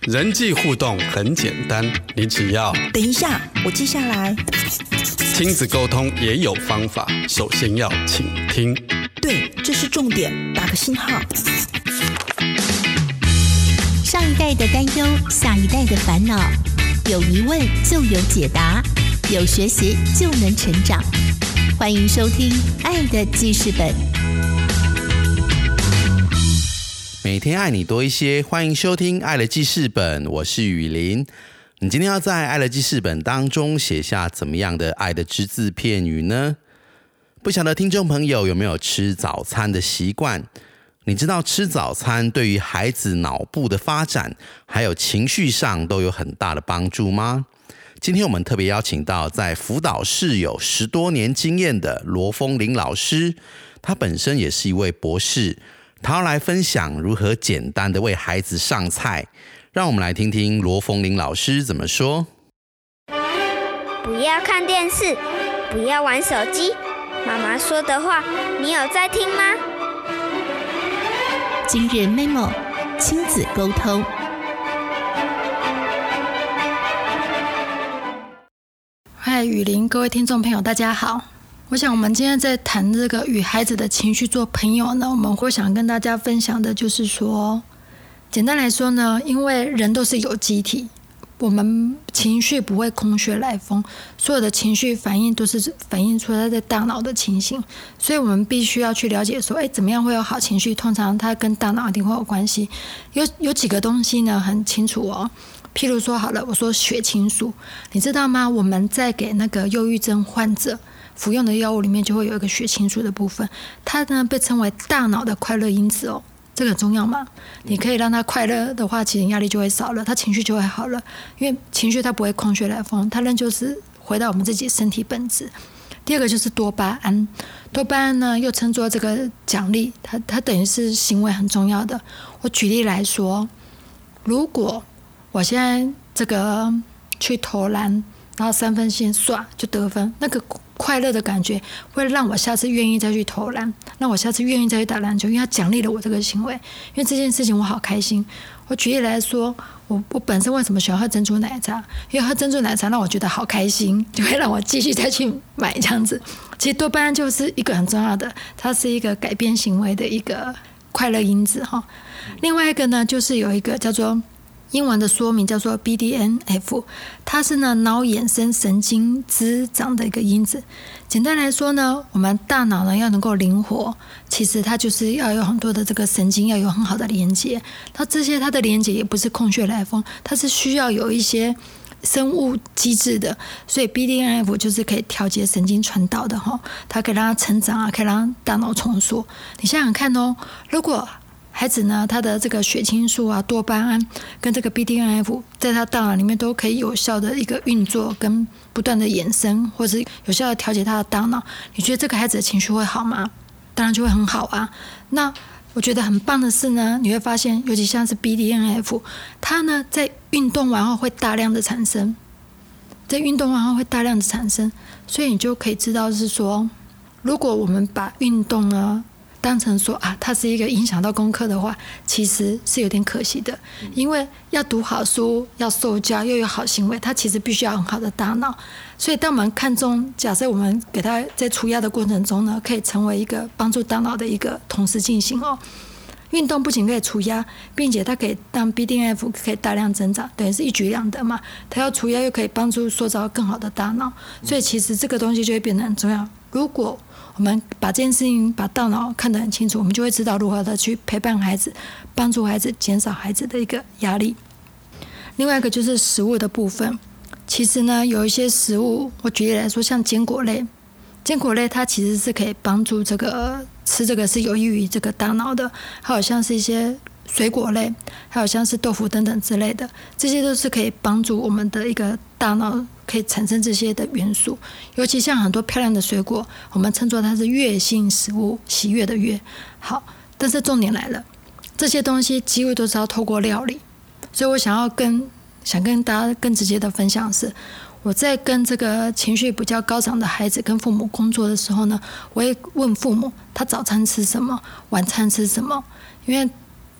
人际互动很简单，你只要等一下，我记下来。 亲子沟通也有方法，首先要倾听。 对，这是重点，打个星号。 上一代的担忧，下一代的烦恼，有疑问就有解答，有学习就能成长。欢迎收听《爱的记事本》。 每天爱你多一些，欢迎收听《爱的记事本》，我是雨林。你今天要在《爱的记事本》当中写下怎么样的爱的只字片语呢？不晓得听众朋友有没有吃早餐的习惯？你知道吃早餐对于孩子脑部的发展还有情绪上都有很大的帮助吗？今天我们特别邀请到在辅导室有10多年经验的罗风林老师，他本身也是一位博士，他要来分享如何简单的为孩子上菜。让我们来听听罗风林老师怎么说。 不要看电视，不要玩手机，妈妈说的话你有在听吗？ 今日 memo 亲子沟通。 嗨，雨林，各位听众朋友大家好。我想我们今天在谈这个与孩子的情绪做朋友呢，我们会想跟大家分享的就是说，简单来说呢，因为人都是有机体，我们情绪不会空穴来风，所有的情绪反应都是反映出来在大脑的情形，所以我们必须要去了解说，怎么样会有好情绪？通常它跟大脑一定会有关系。有几个东西呢很清楚哦，譬如说好了，我说血清素，你知道吗？我们在给那个忧郁症患者服用的药物里面就会有一个血清素的部分，它呢被称为大脑的快乐因子哦。这个很重要嘛？你可以让他快乐的话，其实压力就会少了，他情绪就会好了。因为情绪它不会空穴来风，它仍旧是回到我们自己身体本质。第二个就是多巴胺，多巴胺呢又称作这个奖励，它等于是行为很重要的。我举例来说，如果我现在这个去投篮，然后3分线刷就得分，那个快乐的感觉会让我下次愿意再去投篮，让我下次愿意再去打篮球，因为它奖励了我这个行为，因为这件事情我好开心。我举例来说，我本身为什么喜欢喝珍珠奶茶？因为喝珍珠奶茶让我觉得好开心，就会让我继续再去买这样子。其实多巴胺就是一个很重要的，它是一个改变行为的一个快乐因子哈。另外一个呢，就是有一个叫做英文的说明叫做 BDNF， 它是呢脑衍生神经滋长的一个因子。简单来说呢，我们大脑呢要能够灵活，其实它就是要有很多的这个神经要有很好的连接。它这些它的连接也不是空穴来风，它是需要有一些生物机制的，所以 BDNF 就是可以调节神经传导的哈，它可以让它成长啊，可以让大脑重塑。你想想看哦，如果孩子呢，他的这个血清素啊、多巴胺跟这个 BDNF 在他大脑里面都可以有效的一个运作跟不断的衍生，或是有效的调节他的大脑，你觉得这个孩子的情绪会好吗？当然就会很好啊。那我觉得很棒的是呢，你会发现，尤其像是 BDNF， 它呢在运动完后会大量的产生，所以你就可以知道是说，如果我们把运动呢当成说它是一个影响到功课的话，其实是有点可惜的。因为要读好书，要受教，又有好行为，它其实必须要很好的大脑。所以当我们看重，假设我们给它在除压的过程中呢，可以成为一个帮助大脑的一个同时进行哦。运动不仅可以除压，并且它可以让 BDNF 可以大量增长，等于是一举两得嘛。它要除压又可以帮助塑造更好的大脑，所以其实这个东西就会变得很重要。如果我们把这件事情把大脑看得很清楚，我们就会知道如何的去陪伴孩子，帮助孩子，减少孩子的一个压力。另外一个就是食物的部分，其实呢有一些食物，我举例来说，像坚果类它其实是可以帮助这个吃这个是有益于这个大脑的，还有像是一些水果类，还有像是豆腐等等之类的，这些都是可以帮助我们的一个大脑可以产生这些的元素。尤其像很多漂亮的水果，我们称作它是悦性食物，喜悦的悦。好，但是重点来了，这些东西几乎都是要透过料理，所以我想跟大家更直接的分享的是，我在跟这个情绪比较高涨的孩子跟父母工作的时候呢，我会问父母他早餐吃什么，晚餐吃什么，因为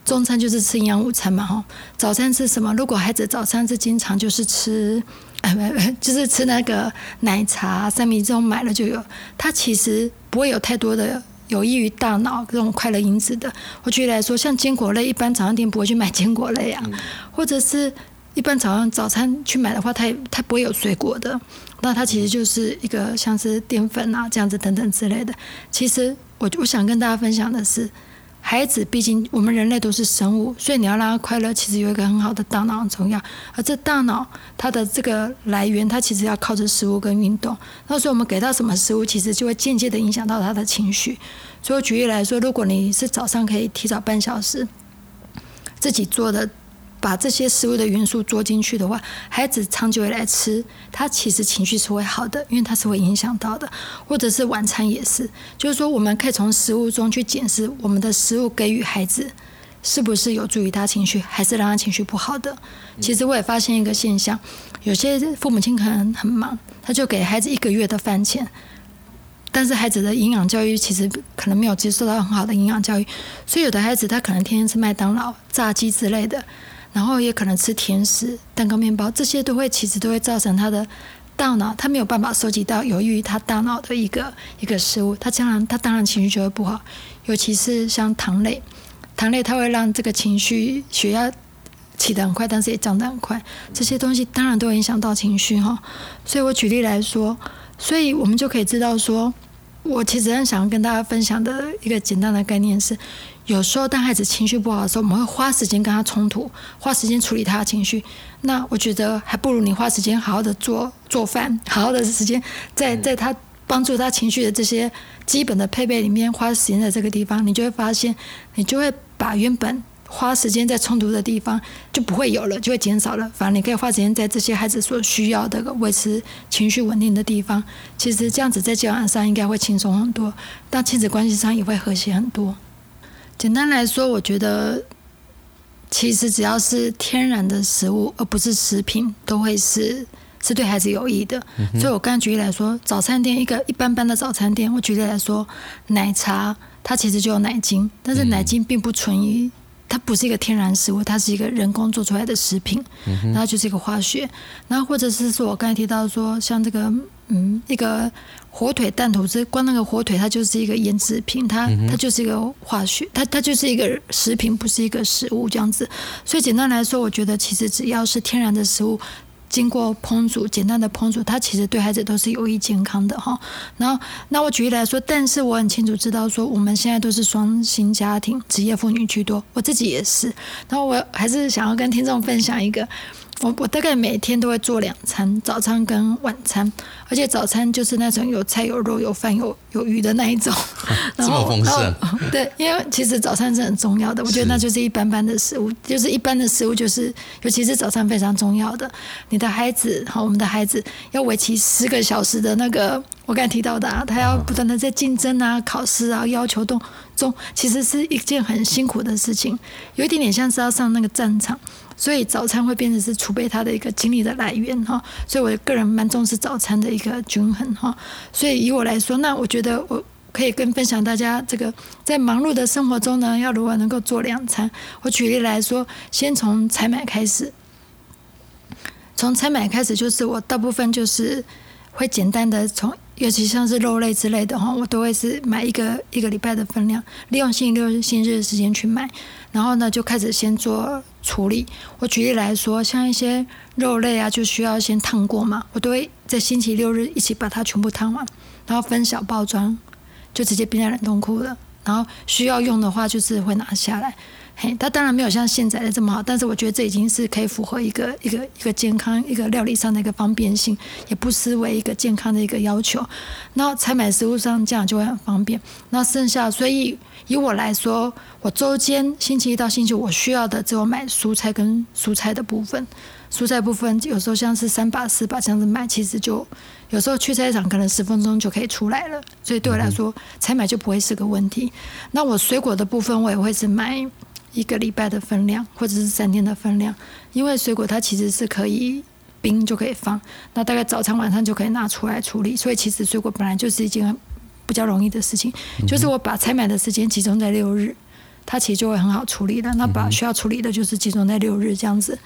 中餐就是吃营养午餐嘛，早餐吃什么？如果孩子早餐是经常就是吃，就是吃那个奶茶、三明治这种买了就有，它其实不会有太多的有益于大脑这种快乐因子的。我举例来说，像坚果类，一般早餐店不会去买坚果类啊，或者是一般早餐去买的话，它不会有水果的，那它其实就是一个像是淀粉啊这样子等等之类的。其实我想跟大家分享的是，孩子毕竟我们人类都是生物，所以你要让他快乐，其实有一个很好的大脑很重要。而这大脑它的这个来源，它其实要靠着食物跟运动。那所以我们给他什么食物，其实就会间接的影响到他的情绪。所以我举例来说，如果你是早上可以提早半小时自己做的，把这些食物的元素做进去的话，孩子长久以来吃，他其实情绪是会好的，因为他是会影响到的。或者是晚餐也是，就是说我们可以从食物中去检视我们的食物给予孩子是不是有助于他情绪，还是让他情绪不好的。其实我也发现一个现象，有些父母亲可能很忙，他就给孩子1个月的饭钱，但是孩子的营养教育其实可能没有接受到很好的营养教育，所以有的孩子他可能天天吃麦当劳、炸鸡之类的，然后也可能吃甜食、蛋糕、面包，这些其实都会造成他的大脑，他没有办法收集到有益于他大脑的一个食物，他当然情绪就会不好。尤其是像糖类它会让这个情绪血压起得很快，但是也降得很快，这些东西当然都会影响到情绪哈。所以我举例来说，所以我们就可以知道说，我其实很想跟大家分享的一个简单的概念是，有时候当孩子情绪不好的时候，我们会花时间跟他冲突，花时间处理他的情绪。那我觉得还不如你花时间好好的做饭，好好的时间在他帮助他情绪的这些基本的配备里面花时间在这个地方，你就会发现，你就会把原本花时间在冲突的地方就不会有了，就会减少了。反而你可以花时间在这些孩子所需要的维持情绪稳定的地方。其实这样子在教养上应该会轻松很多，但亲子关系上也会和谐很多。简单来说，我觉得其实只要是天然的食物，而不是食品，都会是对孩子有益的。所以我刚才举例来说，早餐店一个一般般的早餐店，我举例来说，奶茶它其实就有奶精，但是奶精并不纯于，它不是一个天然食物，它是一个人工做出来的食品，然后就是一个化学。然后或者是说我刚才提到说，像这个一个火腿蛋吐司，光那个火腿它就是一个腌制品，它就是一个化学，它就是一个食品，不是一个食物这样子。所以简单来说，我觉得其实只要是天然的食物，经过烹煮，简单的烹煮，它其实对孩子都是有益健康的哈。然后，那我举例来说，但是我很清楚知道说，我们现在都是双薪家庭，职业妇女居多，我自己也是。然后我还是想要跟听众分享一个，我大概每天都会做2餐，早餐跟晚餐，而且早餐就是那种有菜有肉有饭有鱼的那一种。 这么丰盛。 对，因为其实早餐是很重要的，我觉得那就是一般般的食物，就是一般的食物，就是尤其是早餐非常重要的。你的孩子，我们的孩子要为期10个小时的那个，我刚才提到的他要不断的在竞争啊、考试啊、要求中，其实是一件很辛苦的事情，有一点点像是要上那个战场。所以早餐会变成是储备他的一个精力的来源哈，所以我个人蛮重视早餐的一个均衡哈。所以以我来说，那我觉得我可以分享大家这个在忙碌的生活中呢，要如何能够做2餐。我举例来说，先从采买开始，就是我大部分就是会简单的尤其像是肉类之类的我都会是买一个礼拜的分量，利用星期六、星期日的时间去买，然后呢就开始先做处理。我举例来说，像一些肉类啊，就需要先烫过嘛，我都会在星期六日一起把它全部烫完，然后分小包装，就直接冰在冷冻库了。然后需要用的话，就是会拿下来。它当然没有像现在的这么好，但是我觉得这已经是可以符合一个健康、一个料理上的一个方便性，也不失为一个健康的一个要求。然后采买食物上这样就会很方便。那剩下，所以以我来说，我周间星期一到星期五我需要的只有买蔬菜跟蔬菜的部分。蔬菜部分有时候像是3把4把这样子买，其实就有时候去菜市场可能10分钟就可以出来了，所以对我来说采买就不会是个问题。那我水果的部分我也会是买1个礼拜的分量，或者是3天的分量，因为水果它其实是可以冰就可以放，那大概早餐晚上就可以拿出来处理，所以其实水果本来就是一件比较容易的事情，就是我把采买的时间集中在6日， 它其实就会很好处理了。那把需要处理的就是集中在6日这样子。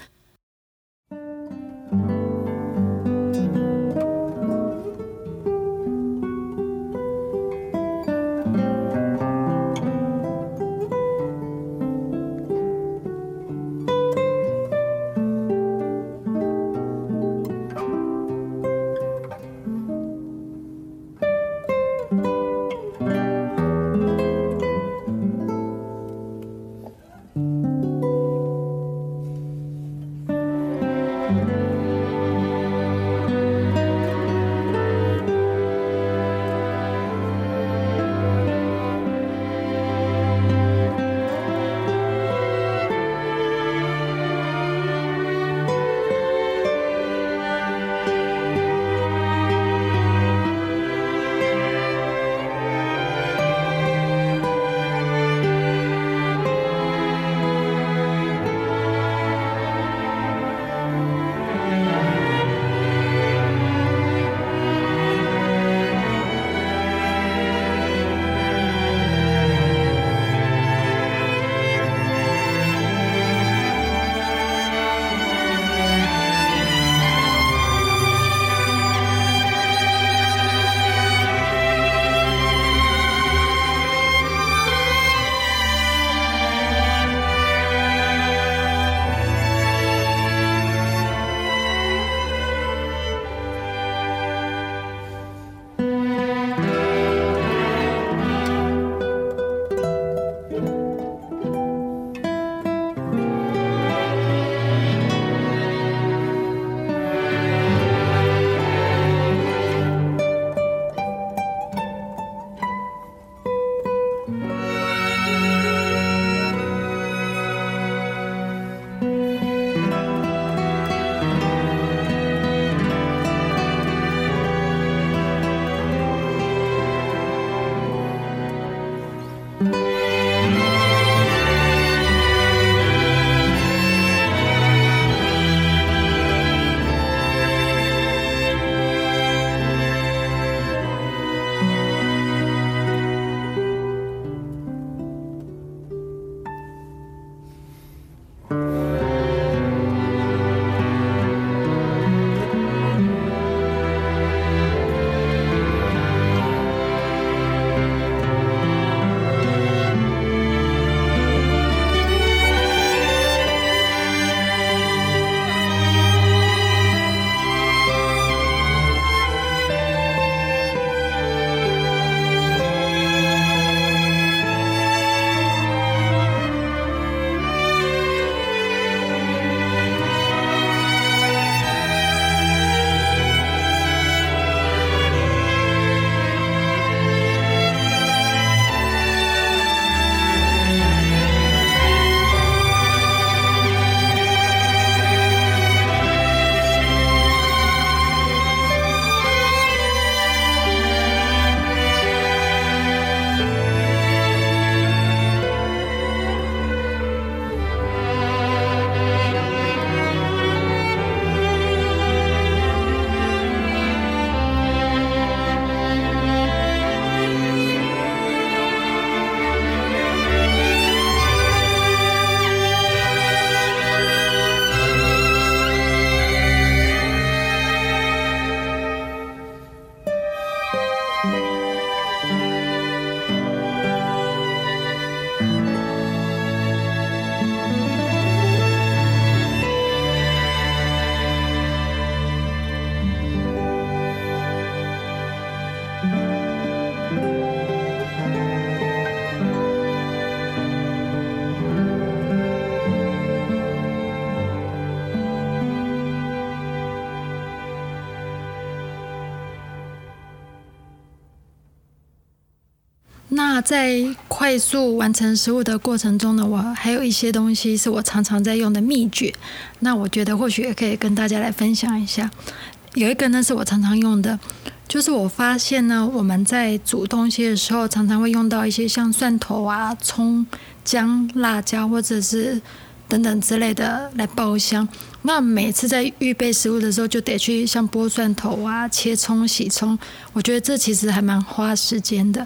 那在快速完成食物的过程中呢，我还有一些东西是我常常在用的秘诀，那我觉得或许也可以跟大家来分享一下。有一个呢是我常常用的，就是我发现呢，我们在煮东西的时候常常会用到一些像蒜头啊、葱、姜、辣椒或者是等等之类的来爆香。那每次在预备食物的时候就得去像剥蒜头啊、切葱、洗葱，我觉得这其实还蛮花时间的。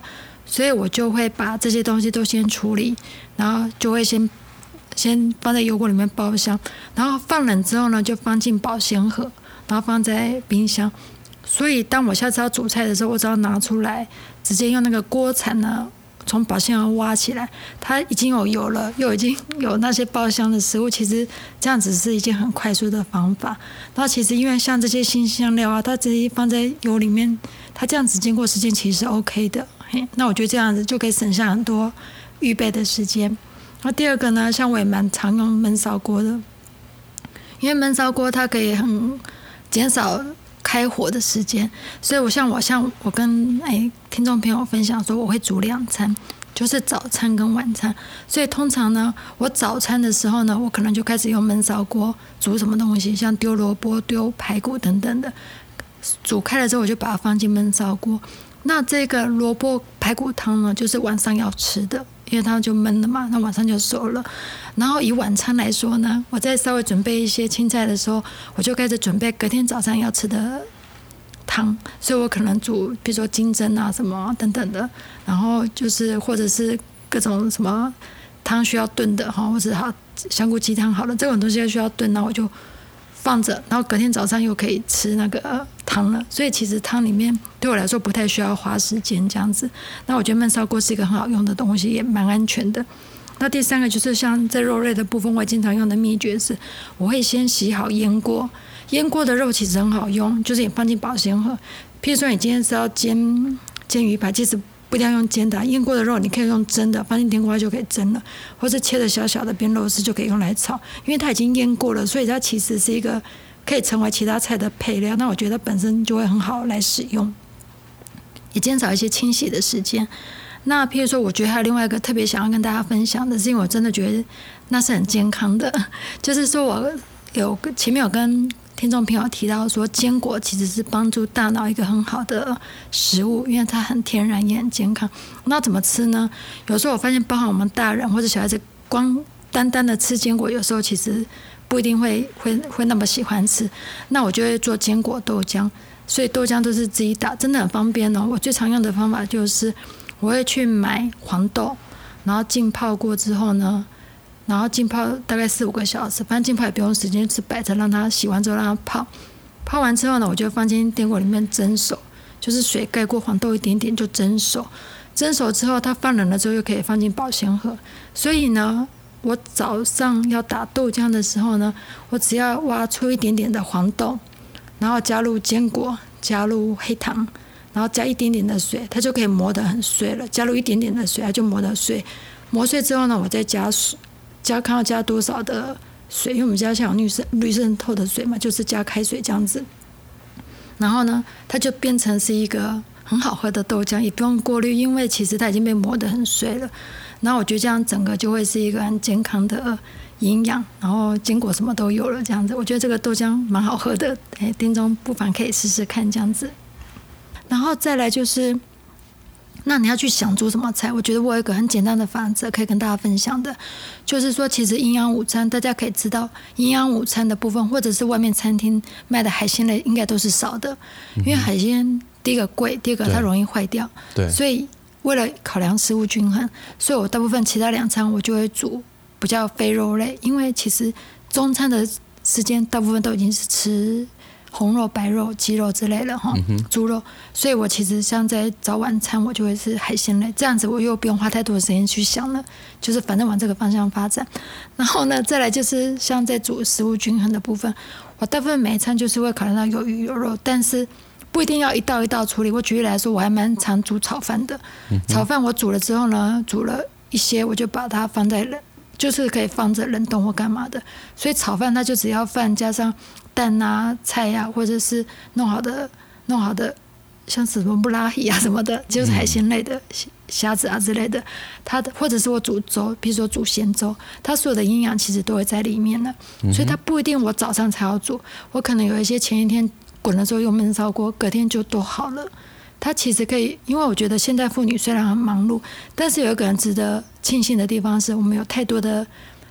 所以我就会把这些东西都先处理，然后就会先放在油锅里面爆香，然后放冷之后呢，就放进保鲜盒，然后放在冰箱。所以当我下次要煮菜的时候，我只要拿出来，直接用那个锅铲呢，从保鲜盒挖起来，它已经有油了，又已经有那些爆香的食物，其实这样子是一件很快速的方法。然后其实因为像这些辛香料啊，它直接放在油里面，它这样子经过时间其实是 OK 的。那我觉得这样子就可以省下很多预备的时间。那第二个呢，像我也蛮常用焖烧锅的，因为焖烧锅它可以很减少开火的时间，所以我跟听众朋友分享说，我会煮2餐，就是早餐跟晚餐。所以通常呢，我早餐的时候呢，我可能就开始用焖烧锅煮什么东西，像丢萝卜、丢排骨等等的，煮开了之后我就把它放进焖烧锅。那这个萝卜排骨汤呢，就是晚上要吃的，因为它就焖了嘛，那晚上就熟了。然后以晚餐来说呢，我在稍微准备一些青菜的时候，我就开始准备隔天早上要吃的汤，所以我可能煮比如说金针啊什么等等的，然后就是或者是各种什么汤需要炖的或者香菇鸡汤好了，这种东西需要炖，那我就放着，然后隔天早上又可以吃那个汤了。所以其实汤里面对我来说不太需要花时间这样子。那我觉得焖烧锅是一个很好用的东西，也蛮安全的。那第三个就是像在肉类的部分，我也经常用的秘诀是，我会先洗好腌过，腌过的肉其实很好用，就是也放进保鲜盒。譬如说你今天是要煎鱼排，其实不一定要用煎的，腌过的肉你可以用蒸的，放进电锅就可以蒸了，或是切的小小的边肉丝就可以用来炒，因为它已经腌过了，所以它其实是一个可以成为其他菜的配料。那我觉得本身就会很好来使用，也减少一些清洗的时间。那譬如说我觉得还有另外一个特别想要跟大家分享的是，因为我真的觉得那是很健康的，就是说我前面有跟听众朋友提到说，坚果其实是帮助大脑一个很好的食物，因为它很天然也很健康。那怎么吃呢？有时候我发现包含我们大人或者小孩子光单单的吃坚果，有时候其实不一定会那么喜欢吃。那我就会做坚果豆浆，所以豆浆都是自己打，真的很方便哦。我最常用的方法就是我会去买黄豆，然后浸泡过之后呢，然后浸泡大概4-5个小时，反正浸泡也不用时间，就是摆着让它洗完之后让它泡。泡完之后呢，我就放进电锅里面蒸熟，就是水盖过黄豆一点点就蒸熟。蒸熟之后，它放冷了之后又可以放进保鲜盒。所以呢，我早上要打豆浆的时候呢，我只要挖出一点点的黄豆，然后加入坚果，加入黑糖，然后加一点点的水，它就可以磨得很碎了。加入一点点的水，它就磨得碎。磨碎之后呢，我再加水，看要加多少的水，因为我们家像有绿渗透的水嘛，就是加开水这样子。然后呢，它就变成是一个很好喝的豆浆，也不用过滤，因为其实它已经被磨得很碎了。然后我觉得这样整个就会是一个很健康的营养，然后坚果什么都有了这样子。我觉得这个豆浆蛮好喝的，听众不妨可以试试看这样子。然后再来就是，那你要去想煮什么菜，我觉得我有一个很简单的法则可以跟大家分享的，就是说其实营养午餐大家可以知道，营养午餐的部分或者是外面餐厅卖的海鲜类应该都是少的，因为海鲜第一个贵，第二个它容易坏掉，对，所以为了考量食物均衡，所以我大部分其他2餐我就会煮比较非肉类，因为其实中餐的时间大部分都已经是吃红肉、白肉、鸡肉之类的猪肉，所以我其实像在早晚餐我就会是海鲜类，这样子我又不用花太多的时间去想了，就是反正往这个方向发展。然后呢，再来就是像在煮食物均衡的部分，我大部分每一餐就是会考虑到有鱼有肉，但是不一定要一道一道处理。我举例来说，我还蛮常煮炒饭的，炒饭我煮了之后呢，煮了一些我就把它放在就是可以放着冷冻或干嘛的，所以炒饭它就只要饭加上蛋啊、菜啊，或者是弄好的像什么布拉希啊什么的，就是海鲜类的虾子啊之类的，或者是我煮粥，比如说煮咸粥，它所有的营养其实都会在里面了，所以它不一定我早上才要煮，我可能有一些前一天滚的时候用焖烧锅，隔天就都好了。它其实可以，因为我觉得现代妇女虽然很忙碌，但是有一个很值得庆幸的地方是，我们有太多的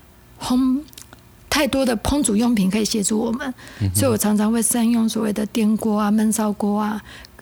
烹煮用品可以协助我们，所以我常常会善用所谓的电锅啊、焖烧锅啊，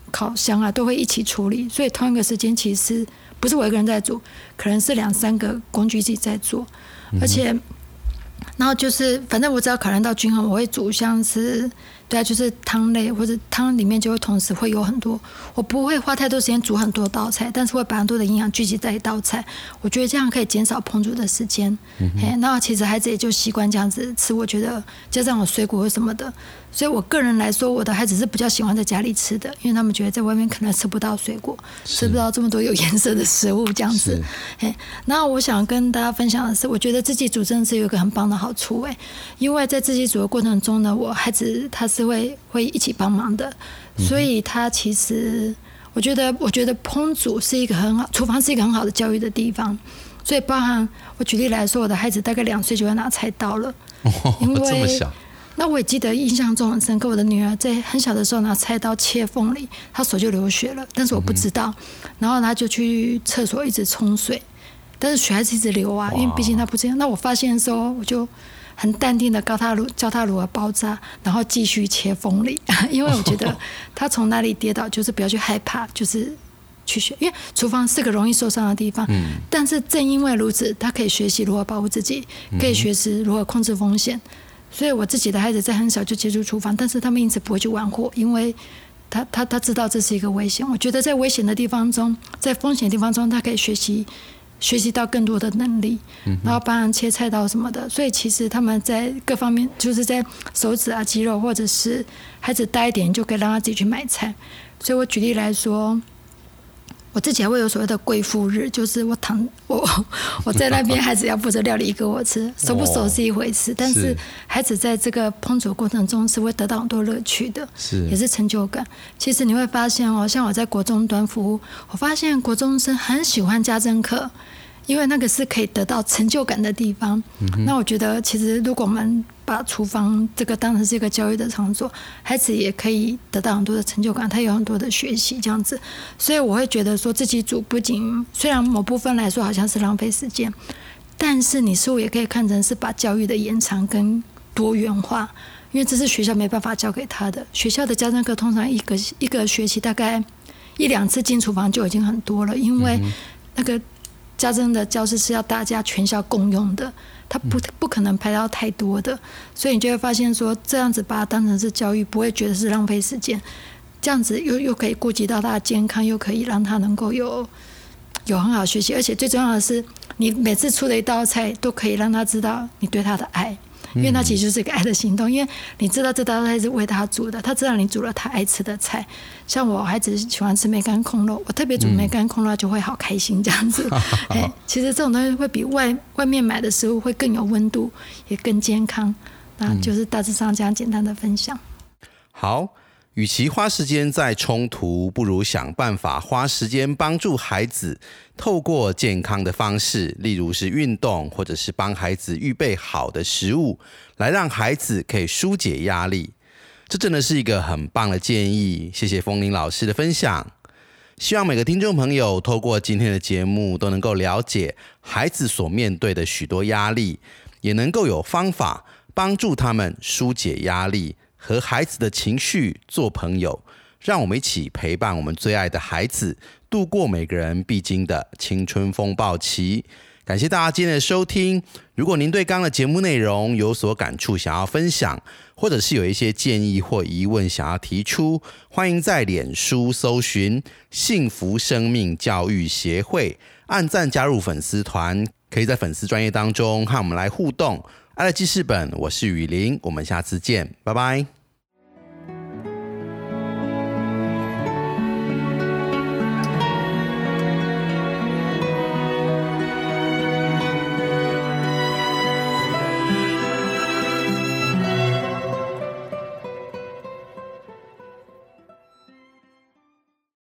烤箱啊都会一起处理，所以同一个时间其实不是我一个人在煮，可能是2-3个工具一起在做，而且然后就是反正我只要考量到均衡，我会煮像是对啊，就是汤类或者汤里面就会同时会有很多，我不会花太多时间煮很多道菜，但是会把很多的营养聚集在一道菜，我觉得这样可以减少烹煮的时间。那其实孩子也就习惯这样子吃，我觉得加上有水果或什么的，所以我个人来说，我的孩子是比较喜欢在家里吃的，因为他们觉得在外面可能吃不到水果，吃不到这么多有颜色的食物这样子。那我想跟大家分享的是，我觉得自己煮真的是有一个很棒的好处因为在自己煮的过程中呢，我孩子他是会一起帮忙的，所以他其实我觉得烹煮是一个很好，厨房是一个很好的教育的地方，所以包含我举例来说，我的孩子大概2岁就会拿菜刀了，因为这么小。 那我也记得印象中很深刻，我的女儿在很小的时候拿菜刀切凤梨，她手就流血了，但是我不知道，然后她就去厕所一直冲水，但是水还是一直流啊，因为毕竟她不这样。那我发现的时候，我就很淡定的教他如何包扎，然后继续切凤梨，因为我觉得他从哪里跌倒就是不要去害怕，就是去学，因为厨房是个容易受伤的地方。但是正因为如此，他可以学习如何保护自己，可以学习如何控制风险。所以我自己的孩子在很小就接触厨房，但是他们因此不会去玩火，因为他知道这是一个危险。我觉得在危险的地方中，在风险的地方中，他可以学习到更多的能力，然后帮人切菜刀什么的，所以其实他们在各方面，就是在手指啊、肌肉，或者是孩子大一点，就可以让他自己去买菜。所以我举例来说，我自己还会有所谓的贵妇日，就是我在那边，孩子要负责料理给我吃，熟不熟是一回事，但是孩子在这个烹煮过程中是会得到很多乐趣的，也是成就感。其实你会发现像我在国中端服务，我发现国中生很喜欢家政课，因为那个是可以得到成就感的地方。那我觉得其实如果我们把厨房这个当成是一个教育的场所，孩子也可以得到很多的成就感，他有很多的学习这样子。所以我会觉得说自己煮不仅虽然某部分来说好像是浪费时间，但是你似乎也可以看成是把教育的延长跟多元化，因为这是学校没办法教给他的。学校的家政课通常一个学期大概1-2次进厨房就已经很多了，因为那个家政的教室是要大家全校共用的，它不可能排到太多的，所以你就会发现说，这样子把它当成是教育，不会觉得是浪费时间，这样子又可以顾及到他的健康，又可以让他能够有很好学习，而且最重要的是，你每次出的一道菜都可以让他知道你对他的爱。因为它其实就是一个爱的行动，因为你知道这道菜是为他煮的，他知道你煮了他爱吃的菜。像我孩子喜欢吃梅干控肉，我特别煮梅干控肉就会好开心这样子。其实这种东西会比外面买的食物会更有温度，也更健康。那就是大致上这样简单的分享。 好，与其花时间在冲突，不如想办法花时间帮助孩子，透过健康的方式，例如是运动，或者是帮孩子预备好的食物，来让孩子可以疏解压力。这真的是一个很棒的建议，谢谢风铃老师的分享。希望每个听众朋友透过今天的节目都能够了解孩子所面对的许多压力，也能够有方法帮助他们疏解压力，和孩子的情绪做朋友，让我们一起陪伴我们最爱的孩子，度过每个人必经的青春风暴期。感谢大家今天的收听。如果您对刚刚的节目内容有所感触，想要分享，或者是有一些建议或疑问想要提出，欢迎在脸书搜寻幸福生命教育协会，按赞加入粉丝团，可以在粉丝专页当中和我们来互动。爱的记事本，我是雨林，我们下次见，拜拜。